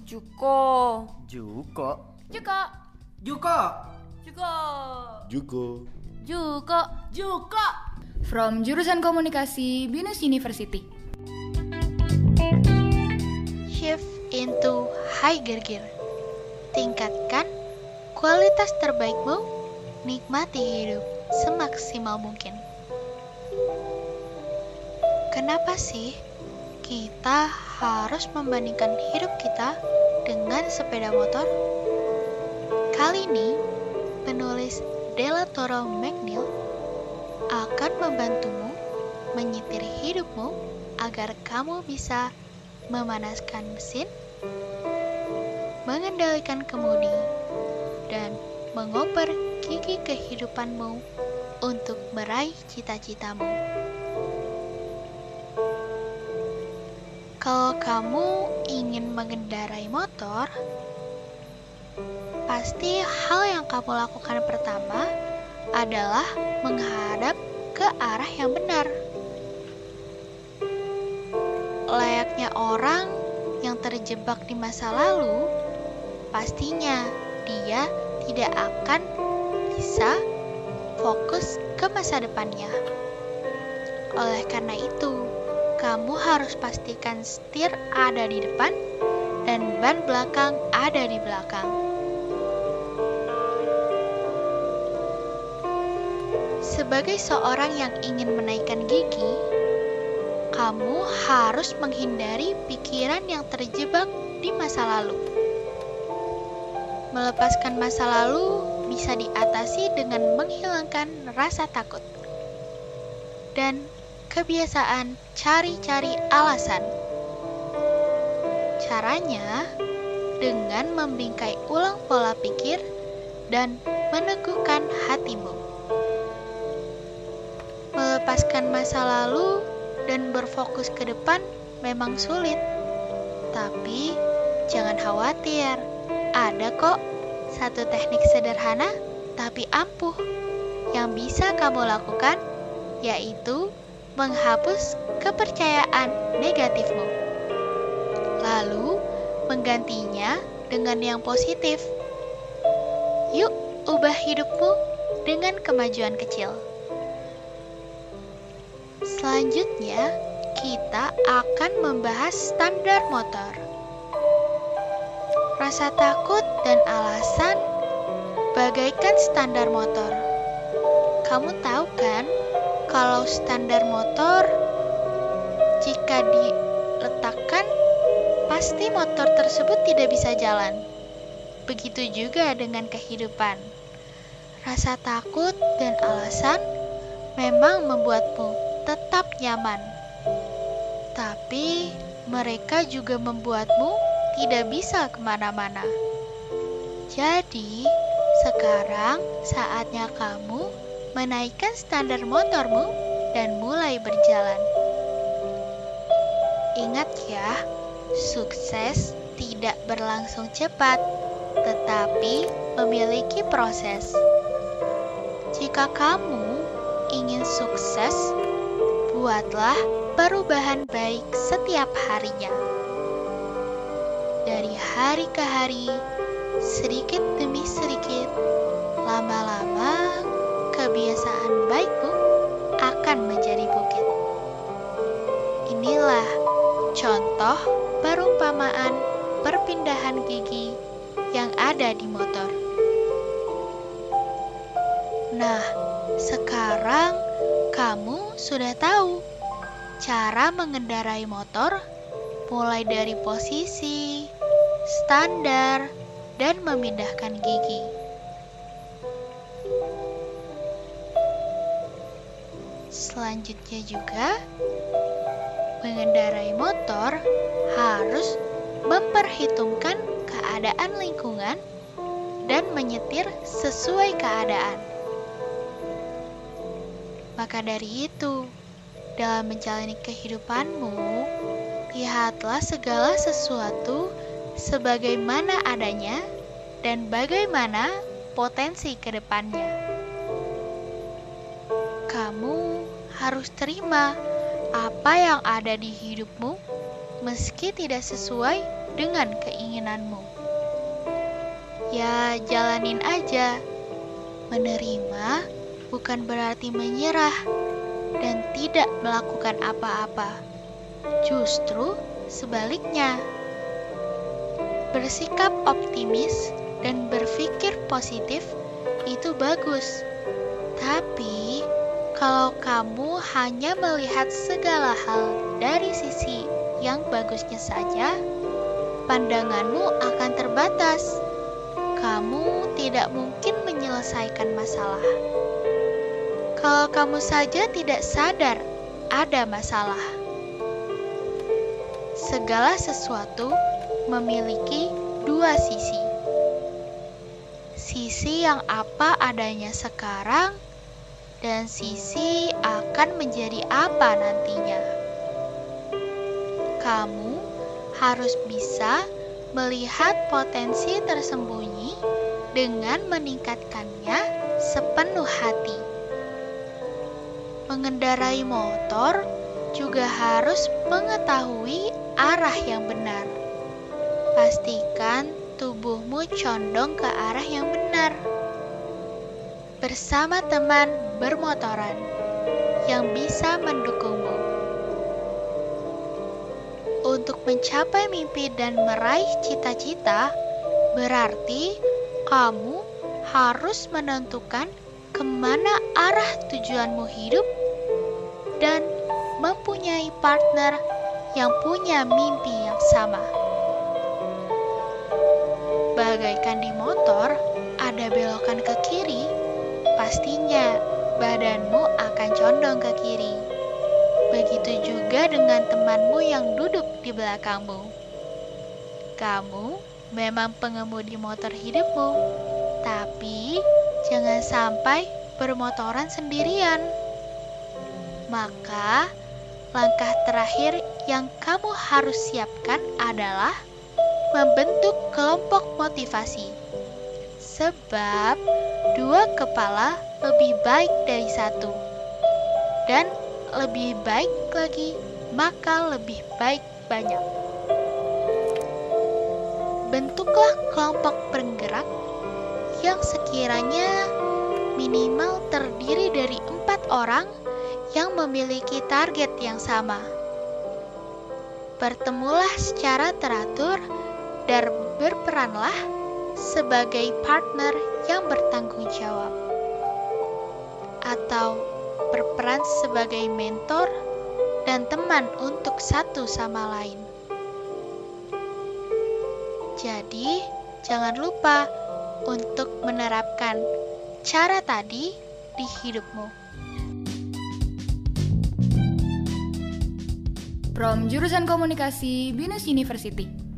Juko. Juko. Juko. Juko. Juko. Juko. Juko. Juko. From jurusan komunikasi BINUS University. Shift into higher gear. Tingkatkan kualitas terbaikmu, nikmati hidup semaksimal mungkin. Kenapa sih kita harus membandingkan hidup kita dengan sepeda motor? Kali ini, penulis Delatoro McNeil akan membantumu menyetir hidupmu agar kamu bisa memanaskan mesin, mengendalikan kemudi, dan mengoper gigi kehidupanmu untuk meraih cita-citamu. Kalau kamu ingin mengendarai motor, pasti hal yang kamu lakukan pertama adalah menghadap ke arah yang benar. Layaknya orang yang terjebak di masa lalu, pastinya dia tidak akan bisa fokus ke masa depannya. Oleh karena itu, kamu harus pastikan setir ada di depan dan ban belakang ada di belakang. Sebagai seorang yang ingin menaikkan gigi, kamu harus menghindari pikiran yang terjebak di masa lalu. Melepaskan masa lalu bisa diatasi dengan menghilangkan rasa takut dan kebiasaan cari-cari alasan. Caranya dengan membingkai ulang pola pikir dan meneguhkan hatimu. Melepaskan masa lalu dan berfokus ke depan memang sulit. Tapi jangan khawatir, ada kok satu teknik sederhana tapi ampuh yang bisa kamu lakukan, yaitu menghapus kepercayaan negatifmu, lalu menggantinya dengan yang positif. Yuk, ubah hidupmu dengan kemajuan kecil. Selanjutnya, kita akan membahas standar motor. Rasa takut dan alasan bagaikan standar motor. Kamu tahu kan, kalau standar motor, jika diletakkan, pasti motor tersebut tidak bisa jalan. Begitu juga dengan kehidupan. Rasa takut dan alasan memang membuatmu tetap nyaman. Tapi mereka juga membuatmu tidak bisa kemana-mana. Jadi, sekarang saatnya kamu menaikkan standar motormu dan mulai berjalan. Ingat ya, sukses tidak berlangsung cepat, tetapi memiliki proses. Jika kamu ingin sukses, buatlah perubahan baik setiap harinya. Dari hari ke hari, sedikit demi sedikit, lama-lama kebiasaan baikmu akan menjadi bukit. Inilah contoh perumpamaan perpindahan gigi yang ada di motor. Nah, sekarang kamu sudah tahu cara mengendarai motor, mulai dari posisi, standar, dan memindahkan gigi. Selanjutnya juga, mengendarai motor harus memperhitungkan keadaan lingkungan dan menyetir sesuai keadaan. Maka dari itu, dalam menjalani kehidupanmu, lihatlah segala sesuatu sebagaimana adanya dan bagaimana potensi ke depannya. Kamu harus terima apa yang ada di hidupmu meski tidak sesuai dengan keinginanmu. Ya, jalanin aja. Menerima bukan berarti menyerah dan tidak melakukan apa-apa. Justru sebaliknya. Bersikap optimis dan berpikir positif itu bagus. Tapi, kalau kamu hanya melihat segala hal dari sisi yang bagusnya saja, pandanganmu akan terbatas. Kamu tidak mungkin menyelesaikan masalah. Kalau kamu saja tidak sadar ada masalah. Segala sesuatu memiliki dua sisi. Sisi yang apa adanya sekarang dan sisi akan menjadi apa nantinya. Kamu harus bisa melihat potensi tersembunyi dengan meningkatkannya sepenuh hati. Mengendarai motor juga harus mengetahui arah yang benar. Pastikan tubuhmu condong ke arah yang benar. Bersama teman bermotoran yang bisa mendukungmu. Untuk mencapai mimpi dan meraih cita-cita, berarti kamu harus menentukan kemana arah tujuanmu hidup dan mempunyai partner yang punya mimpi yang sama. Bagaikan di motor, ada belokan ke kiri, pastinya badanmu akan condong ke kiri. Begitu juga dengan temanmu yang duduk di belakangmu. Kamu memang pengemudi motor hidupmu, tapi jangan sampai bermotoran sendirian. Maka, langkah terakhir yang kamu harus siapkan adalah membentuk kelompok motivasi. Sebab, dua kepala lebih baik dari satu. Dan lebih baik lagi, maka lebih baik banyak. Bentuklah kelompok penggerak yang sekiranya minimal terdiri dari 4 orang yang memiliki target yang sama. Bertemulah secara teratur dan berperanlah sebagai partner yang bertanggung jawab. Atau berperan sebagai mentor dan teman untuk satu sama lain. Jadi, jangan lupa untuk menerapkan cara tadi di hidupmu. From Jurusan Komunikasi BINUS University.